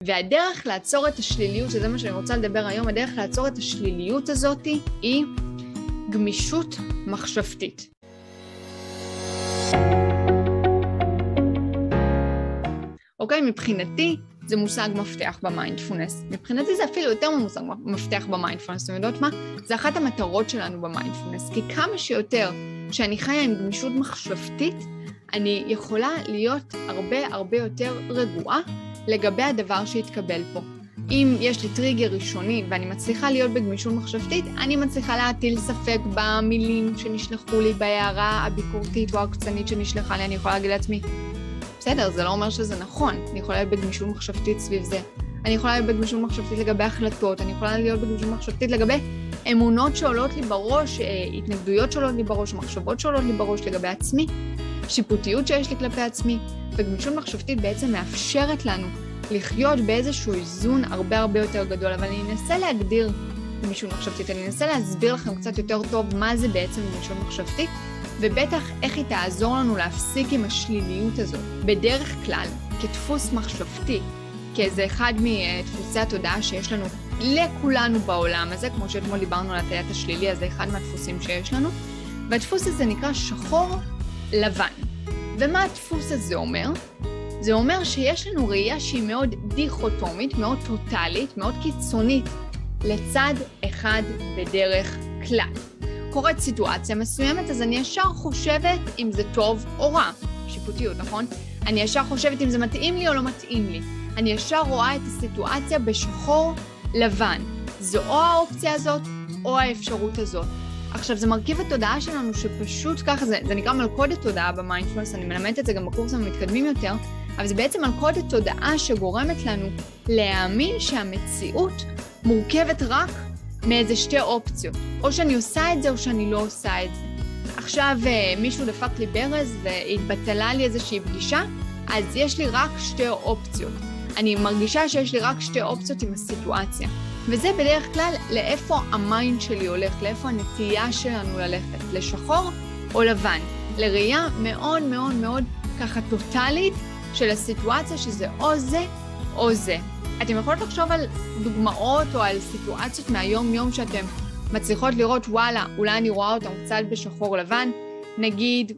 והדרך לעצור את השליליות, שזה מה שאני רוצה לדבר היום, הדרך לעצור את השליליות הזאת היא גמישות מחשבתית. אוקיי, מבחינתי זה מושג מפתח במיינדפולנס. מבחינתי זה אפילו יותר ממושג מפתח במיינדפולנס. אתם יודעות מה? זה אחת המטרות שלנו במיינדפולנס. כי כמה שיותר שאני חיה עם גמישות מחשבתית, אני יכולה להיות הרבה יותר רגועה לגבי הדבר שהתקבל פה. אם יש לי טריגר ראשוני ואני מצליחה להיות בגמישות מחשבתית, אני מצליחה להטיל ספק במילים שנשלחו לי בהערה הביקורתית או הקצנית שנשלחה לי. אני יכולה להגיד לעצמי, בסדר, זה לא אומר שזה נכון. אני יכולה להיות בגמישות מחשבתית סביב זה. אני יכולה להיות בגמישות מחשבתית לגבי החלטות, אני יכולה להיות בגמישות מחשבתית לגבי אמונות שעולות לי בראש, התנגדויות שעולות לי בראש, מחשבות שעולות לי בראש לגבי עצמי, שיפוטיות שיש לי כלפי עצמי, וגמישות מחשבתית בעצם מאפשרת לנו לחיות באיזשהו איזון הרבה יותר גדול, אבל אני אנסה להגדיר גמישות מחשבתית, אני אנסה להסביר לכם קצת יותר טוב מה זה בעצם גמישות מחשבתית, ובטח איך היא תעזור לנו להפסיק עם השליליות הזאת. בדרך כלל, כדפוס מחשבתי, כאיזה אחד מדפוסי התודעה שיש לנו לכולנו בעולם הזה, כמו שאתמול דיברנו על הטיית השלילי, אז זה אחד מהדפוסים שיש לנו, והדפוס הזה נקרא שחור לבן. ומה הדפוס הזה אומר? זה אומר שיש לנו ראייה שהיא מאוד דיכוטומית, מאוד טוטלית, מאוד קיצונית, לצד אחד בדרך כלל. קורית סיטואציה מסוימת, אז אני ישר חושבת אם זה טוב או רע. שיפוטיות, נכון? אני ישר חושבת אם זה מתאים לי או לא מתאים לי. אני ישר רואה את הסיטואציה בשחור לבן. זו או האופציה הזאת או האפשרות הזאת. עכשיו, זה מרכיב התודעה שלנו שפשוט ככה, זה נקרא מלכודת תודעה במיינדפולנס, אני מלמדת את זה גם בקורסים המתקדמים יותר, אבל זה בעצם מלכודת תודעה שגורמת לנו להאמין שהמציאות מורכבת רק מאיזה שתי אופציות. או שאני עושה את זה או שאני לא עושה את זה. עכשיו מישהו דפק לי ברז והתבטלה לי איזושהי פגישה, אז יש לי רק שתי אופציות. אני מרגישה שיש לי רק שתי אופציות עם הסיטואציה. וזה בדרך כלל לאיפה המיינד שלי הולך, לאיפה הנטייה שלנו ללכת, לשחור או לבן. לראייה מאוד ככה טוטלית של הסיטואציה שזה או זה או זה. אתם יכולות לחשוב על דוגמאות או על סיטואציות מהיום-יום שאתם מצליחות לראות, וואלה, אולי אני רואה אותם קצת בשחור לבן, נגיד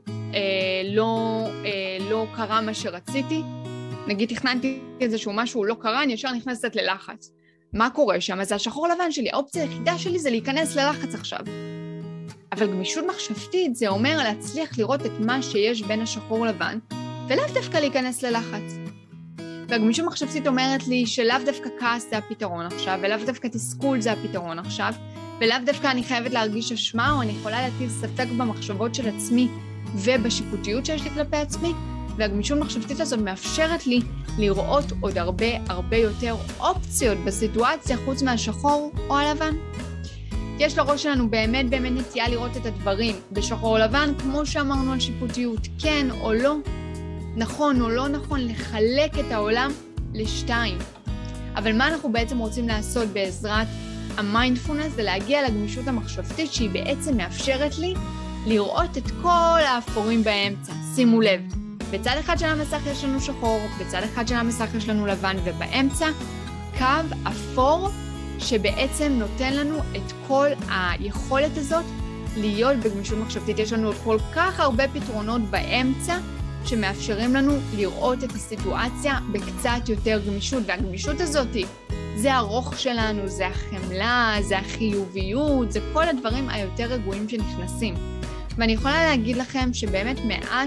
לא קרה מה שרציתי, נגיד תכננתי איזשהו משהו, לא קרה, אני ישר נכנסת ללחץ. מה קורה שם? אז השחור לבן שלי, האופציה היחידה שלי זה להיכנס ללחץ עכשיו. אבל גמישות מחשבתית זה אומר להצליח לראות את מה שיש בין השחור לבן, ולאו דווקא להיכנס ללחץ. והגמישות מחשבתית אומרת לי שלאו דווקא כעס זה הפתרון עכשיו, ולאו דווקא תסכול זה הפתרון עכשיו, ולאו דווקא אני חייבת להרגיש אשמה, או אני יכולה להטיל ספק במחשבות של עצמי ובשיפוטיות שיש לי כלפי עצמי, והגמישות מחשבתית הזאת מאפשרת לי לראות עוד הרבה יותר אופציות בסיטואציה חוץ מהשחור או הלבן. יש לראש שלנו באמת נטייה לראות את הדברים בשחור לבן, כמו שאמרנו על שיפוטיות, כן או לא, נכון או לא נכון, לחלק את העולם לשתיים. אבל מה אנחנו בעצם רוצים לעשות בעזרת המיינדפולנס זה להגיע לגמישות המחשבתית שהיא בעצם מאפשרת לי לראות את כל האפורים באמצע. שימו לב, בצד אחד של המסך יש לנו שחור, בצד אחד של המסך יש לנו לבן, ובאמצע קו אפור שבעצם נותן לנו את כל היכולת הזאת להיות בגמישות מחשבתית. יש לנו עוד כל כך הרבה פתרונות באמצע שמאפשרים לנו לראות את הסיטואציה בקצת יותר גמישות, והגמישות הזאת זה הרוח שלנו, זה החמלה, זה החיוביות, זה כל הדברים היותר רגועים שנכנסים. ואני יכולה להגיד לכם שבאמת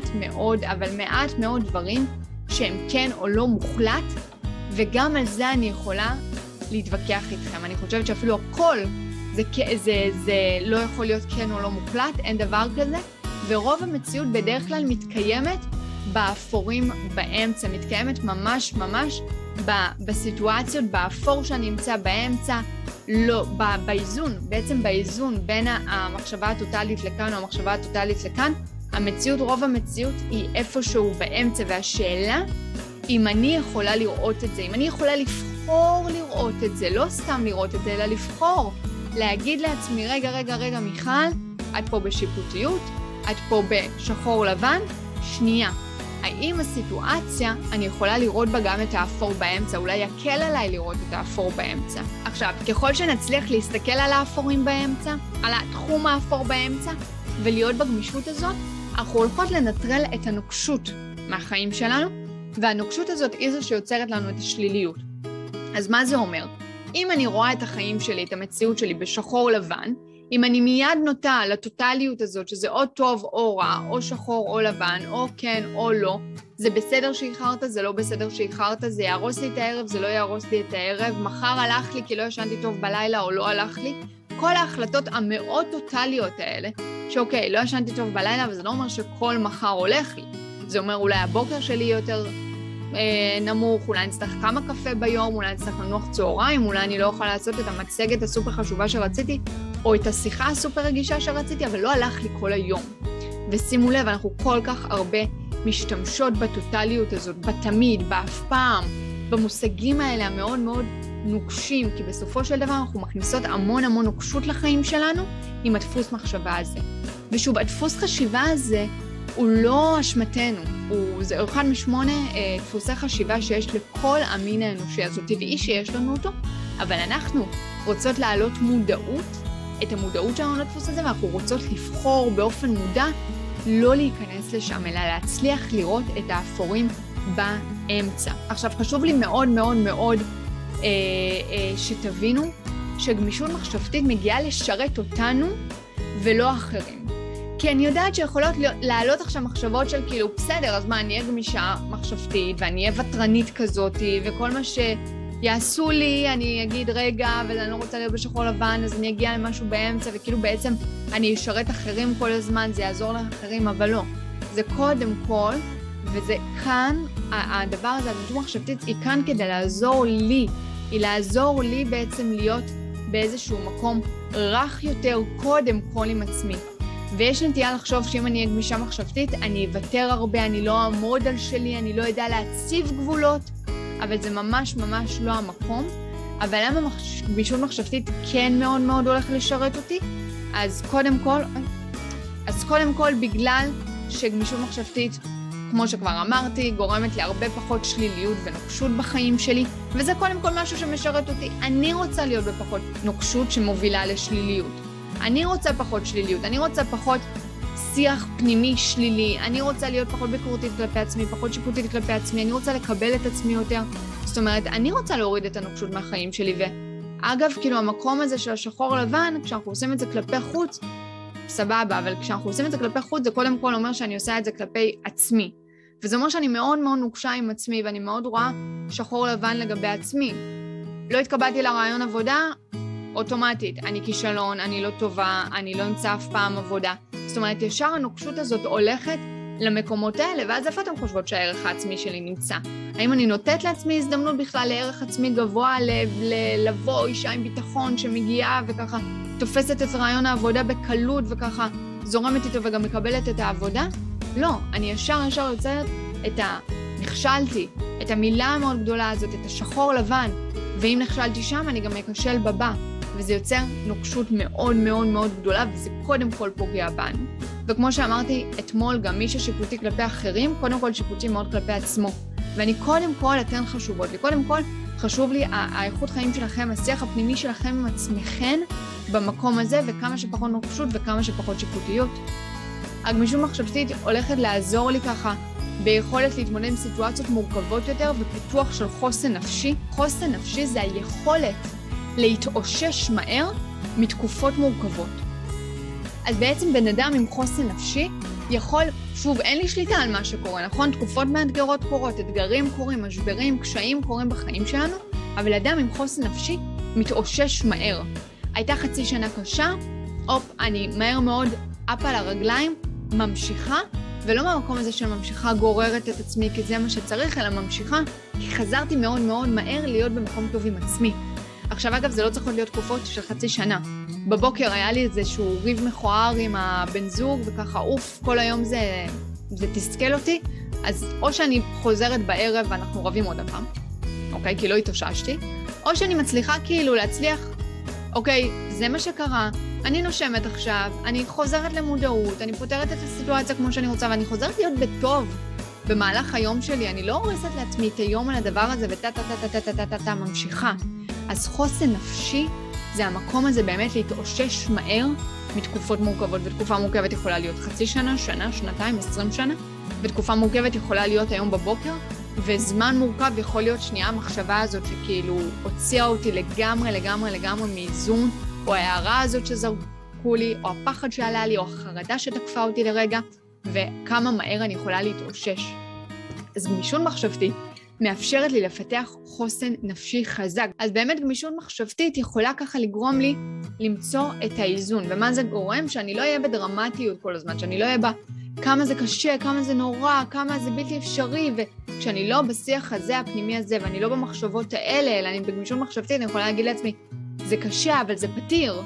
מעט מאוד דברים שהם כן או לא מוחלט, וגם על זה אני יכולה להתווכח איתכם. אני חושבת שאפילו הכל זה לא יכול להיות כן או לא מוחלט, אין דבר כזה, ורוב המציאות בדרך כלל מתקיימת באפורים באמצע, מתקיימת ממש בסיטואציות, באפור שאני נמצא באמצע, לא, באיזון, בעצם באיזון בין המחשבה הטוטלית לכאן או המחשבה הטוטלית לכאן, רוב המציאות היא איפשהו באמצע, והשאלה אם אני יכולה לראות את זה, אם אני יכולה לבחור לראות את זה, לא סתם לראות את זה, אלא לבחור, להגיד לעצמי, רגע, מיכל, את פה בשיפוטיות, את פה בשחור לבן, שנייה, האם הסיטואציה, אני יכולה לראות בה גם את האפור באמצע, אולי יקל עליי לראות את האפור באמצע. עכשיו, ככל שנצליח להסתכל על האפורים באמצע, על התחום האפור באמצע, ולהיות בגמישות הזאת, אנחנו הולכות לנטרל את הנוקשות מהחיים שלנו, והנוקשות הזאת היא זו שיוצרת לנו את השליליות. אז מה זה אומר? אם אני רואה את החיים שלי, את המציאות שלי בשחור לבן, אם אני מיד נוטה לטוטליות הזאת, שזה או טוב או רע, או שחור או לבן, או כן או לא, זה בסדר שאיחרת, זה לא בסדר שאיחרת, זה יהרוס לי את הערב, זה לא יהרוס לי את הערב, מחר הלך לי כי לא ישנתי טוב בלילה או לא הלך לי, כל ההחלטות המאוד טוטליות האלה, שאוקיי, לא ישנתי טוב בלילה, אבל זה לא אומר שכל מחר הולך לי. זה אומר אולי הבוקר שלי יותר נמוך, אולי אני אצטרך כמה קפה ביום, אולי אני אצטרך לנוח צהריים, אולי אני לא אוכל לעשות את המצגת הסופר חשובה שרציתי, או את השיחה הסופר רגישה שרציתי, אבל לא הלך לי כל היום. ושימו לב, אנחנו כל כך הרבה משתמשות בטוטליות הזאת, בתמיד, באף פעם, במושגים האלה המאוד מאוד נוקשים, כי בסופו של דבר אנחנו מכניסות המון המון נוקשות לחיים שלנו עם הדפוס מחשבה הזה. ושוב, הדפוס חשיבה הזה הוא לא אשמתנו, זה אחד משמונה דפוסי חשיבה שיש לכל המין האנושי, אז הוא טבעי שיש לנו אותו, אבל אנחנו רוצות להעלות מודעות, את המודעות שלנו לדפוס הזה, ואנחנו רוצות לבחור באופן מודע לא להיכנס לשם, אלא להצליח לראות את האפורים באמצע. עכשיו, חשוב לי מאוד מאוד מאוד שתבינו שגמישות מחשבתית מגיעה לשרת אותנו ולא אחרים. כי אני יודעת שיכולות לעלות עכשיו מחשבות של כאילו, בסדר, אז מה, אני אהיה גמישה מחשבתית, ואני אהיה וטרנית כזאת, וכל מה שיעשו לי, אני אגיד רגע, ואני לא רוצה להיות בשחור לבן, אז אני אגיע למשהו באמצע, וכאילו בעצם אני אשרת אחרים כל הזמן, זה יעזור לאחרים, אבל לא. זה קודם כל, וזה כאן, הדבר הזה, הגמישות מחשבתית, היא כאן כדי לעזור לי, היא לעזור לי בעצם להיות באיזשהו מקום רך יותר, קודם כל עם עצמי. ויש נטייה לחשוב שאם אני אהיה גמישה מחשבתית, אני אוותר הרבה, אני לא אעמוד על שלי, אני לא יודע להציב גבולות, אבל זה ממש ממש לא המקום. אבל למה גמישות מחשבתית כן מאוד מאוד הולך לשרת אותי? אז קודם כל בגלל שגמישות מחשבתית, כמו שכבר אמרתי, גורמת לי הרבה פחות שליליות ונוקשות בחיים שלי, וזה קודם כל משהו שמשרת אותי. אני רוצה להיות בפחות נוקשות שמובילה לשליליות. אני רוצה פחות שליליות, אני רוצה פחות שיח פנימי שלילי, אני רוצה להיות פחות ביקורתית כלפי עצמי, פחות שיפוטית כלפי עצמי, אני רוצה לקבל את עצמי יותר. זאת אומרת, אני רוצה להוריד את הנוקשות מהחיים שלי, ואגב, כאילו המקום הזה של השחור לבן, כשאנחנו עושים את זה כלפי חוץ, סבבה, אבל כשאנחנו עושים את זה כלפי חוץ, זה קודם כל אומר שאני עושה את זה כלפי עצמי. וזה אומר שאני מאוד מאוד נוקשה עם עצמי, ואני מאוד רואה שחור לבן לגבי עצמי. לא התקבלתי לרעיון עבודה, אוטומטית, אני כישלון, אני לא טובה, אני לא אמצא אף פעם עבודה. זאת אומרת, ישר הנוקשות הזאת הולכת למקומות האלה, ואז איפה אתם חושבות שהערך העצמי שלי נמצא? האם אני נותנת לעצמי הזדמנות בכלל לערך עצמי גבוה, לבוא אישה עם ביטחון שמגיעה וככה תופסת את רעיון העבודה בקלות וככה זורמת איתו וגם מקבלת את העבודה? לא, אני ישר יוצאת את נכשלתי, את המילה המאוד גדולה הזאת, את השחור לבן, ואם נכשלתי שם אני גם אכשל בבא. וזה יוצר נוקשות מאוד מאוד מאוד גדולה, וזה קודם כל פוגע בנו. וכמו שאמרתי אתמול, גם מי ששיפוטי כלפי אחרים, קודם כל שיפוטי מאוד כלפי עצמו. ואני קודם כל אתן חשובות, וקודם כל חשוב לי האיכות חיים שלכם, השיח הפנימי שלכם עם עצמכם במקום הזה, וכמה שפחות נוקשות וכמה שפחות שיפוטיות. הגמישות מחשבתית הולכת לעזור לי ככה ביכולת להתמודד עם סיטואציות מורכבות יותר ופיתוח של חוסן נפשי. חוסן נפשי זה היכולת להתאושש מהר מתקופות מורכבות. אז בעצם בן אדם עם חוסן נפשי יכול, שוב, אין לי שליטה על מה שקורה, נכון? תקופות מאתגרות קורות, אתגרים קורים, משברים, קשיים קורים בחיים שלנו, אבל אדם עם חוסן נפשי מתאושש מהר. הייתה חצי שנה קשה, אני מהר מאוד אפ על הרגליים, ממשיכה, ולא מהמקום הזה של ממשיכה גוררת את עצמי כי זה מה שצריך, אלא ממשיכה כי חזרתי מאוד מאוד מהר להיות במקום טוב עם עצמי. עכשיו אגב, זה לא צריך להיות תקופות של חצי שנה. בבוקר היה לי איזשהו ריב מכוער עם הבן זוג, וככה כל היום זה תסכל אותי, אז או שאני חוזרת בערב ואנחנו רבים עוד הפעם, אוקיי? כי לא התאוששתי, או שאני מצליחה כאילו להצליח, אוקיי, זה מה שקרה, אני נושמת עכשיו, אני חוזרת למודעות, אני פותרת את הסיטואציה כמו שאני רוצה, ואני חוזרת להיות בטוב במהלך היום שלי אני לא הורסת לעצמי את היום על הדבר הזה וטה ממשיכה. אז חוסן נפשי זה המקום הזה באמת להתאושש מהר מתקופות מורכבות, ותקופה מורכבת יכולה להיות חצי שנה, שנה, שנתיים, 20 שנה, ותקופה מורכבת יכולה להיות היום בבוקר, וזמן מורכב יכול להיות שנייה המחשבה הזאת שכאילו הוציאה אותי לגמרי מאיזון, או ההערה הזאת שזרקו לי, או הפחד שעלה לי, או החרדה שתקפה אותי לרגע, וכמה מהר אני יכולה להתאושש. אז גמישות מחשבתית מאפשרת לי לפתח חוסן נפשי חזק. אז באמת גמישות מחשבתית יכולה ככה לגרום לי למצוא את האיזון. ומה זה גורם? שאני לא אהיה בדרמטיות כל הזמן, שאני לא אהיה כמה זה קשה, כמה זה נורא, כמה זה בלתי אפשרי, וכשאני לא בשיח הזה, הפנימי הזה, ואני לא במחשבות האלה, אלא אני בגמישות מחשבתית, אני יכולה להגיד לעצמי, זה קשה, אבל זה פתיר.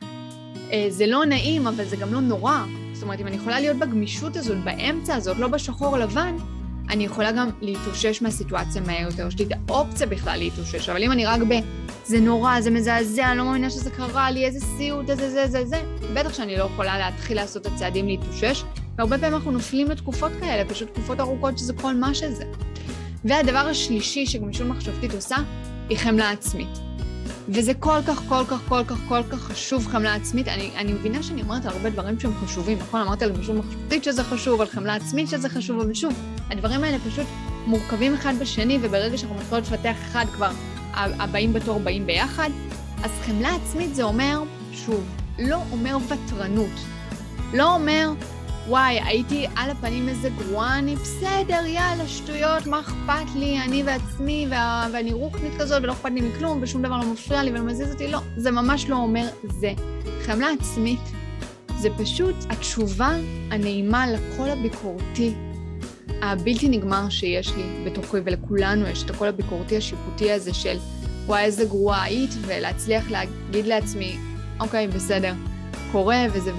זה לא נעים, אבל זה גם לא נורא. זאת אומרת, אם אני יכולה להיות בגמישות הזאת, באמצע הזאת, לא בשחור לבן, אני יכולה גם להתאושש מהסיטואציה מהר יותר, יש לי את האופציה בכלל להתאושש, אבל אם אני רק זה נורא, זה מזעזע, אני לא מאמינה שזה קרה לי, איזה סיוט, זה, בטח שאני לא יכולה להתחיל לעשות את הצעדים להתאושש, והרבה פעמים אנחנו נופלים לתקופות כאלה, פשוט תקופות ארוכות שזה כל מה שזה. והדבר השלישי שגמישות מחשבתית עושה, היא חמלה עצמית. וזה כל כך חשוב חמלה עצמית. אני מבינה שאני אומרת הרבה דברים שהם חשובים, נכון? אמרתי על גמישות מחשבתית שזה חשוב, על חמלה עצמית שזה חשוב, אבל שוב, הדברים האלה פשוט מורכבים אחד בשני, וברגע שאנחנו מתחילות לפתח אחד כבר, הבאים בתור באים ביחד. אז חמלה עצמית זה אומר, שוב, לא אומר ותרנות. לא אומר, וואי, הייתי על הפנים איזה גרועה, אני בסדר, יאללה, שטויות, מה אכפת לי, אני ועצמי, ואני רוחנית כזאת, ולא אכפת לי מכלום, ושום דבר לא מפריע לי ולא מזיז אותי, לא, זה ממש לא אומר זה. חמלה עצמית זה פשוט התשובה הנעימה לקול הביקורתי, הבלתי נגמר שיש לי בתוכי, ולכולנו יש את הקול הביקורתי השיפוטי הזה של, וואי, איזה גרועה היית, ולהצליח להגיד לעצמי, אוקיי, בסדר. קורה, וזה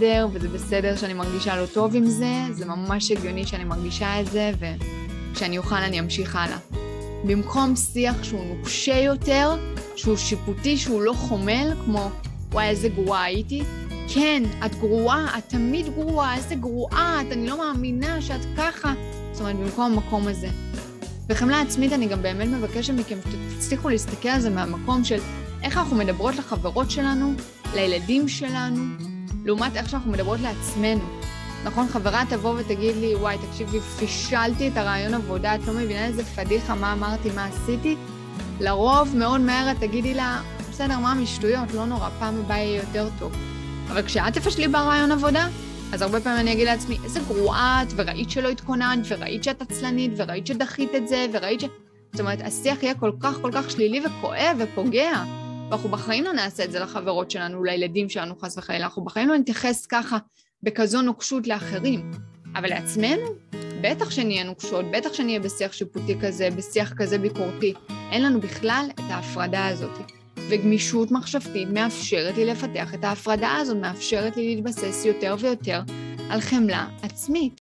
בסדר שאני מרגישה לא טוב עם זה, זה ממש הגיוני שאני מרגישה את זה, וכשאני אוכל אני אמשיך הלאה. במקום שיח שהוא נוקשה יותר, שהוא שיפוטי, שהוא לא חומל, כמו, וואי, איזה גרועה הייתי, כן, את גרועה, את תמיד גרועה, איזה גרועה, אני לא מאמינה שאת ככה, זאת אומרת, במקום המקום הזה. בחמלה עצמית אני גם באמת מבקשת מכם שתצליחו להסתכל על זה מהמקום של איך אנחנו מדברות לחברות שלנו, לילדים שלנו, לעומת איך שאנחנו מדברות לעצמנו. נכון, חברה תבוא ותגיד לי, וואי, תקשיבי, פישלתי את הרעיון עבודה, את לא מבינה איזה פדיחה, מה אמרתי, מה עשיתי? לרוב מאוד מהר תגידי לה, בסדר, מה משטויות, לא נורא, פעם הבאה יהיה יותר טוב. אבל כשאת תפשלי ברעיון עבודה, אז הרבה פעמים אני אגיד לעצמי, איזה גרועה את, וראית שלא התכוננת, וראית שאת עצלנית, וראית שדחית את זה, וראית זאת אומרת, השיח יהיה כל כך שלילי וכואב ופוגע. ואנחנו בחיים לא נעשה את זה לחברות שלנו, לילדים שלנו חס וחלילה, אנחנו בחיים לא נתייחס ככה בכזו נוקשות לאחרים. אבל לעצמנו, בטח שנהיה נוקשות, בטח שנהיה בשיח שיפוטי כזה, בשיח כזה ביקורתי, אין לנו בכלל את ההפרדה הזאת. וגמישות מחשבתית מאפשרת לי לפתח את ההפרדה הזאת, מאפשרת לי להתבסס יותר ויותר על חמלה עצמית.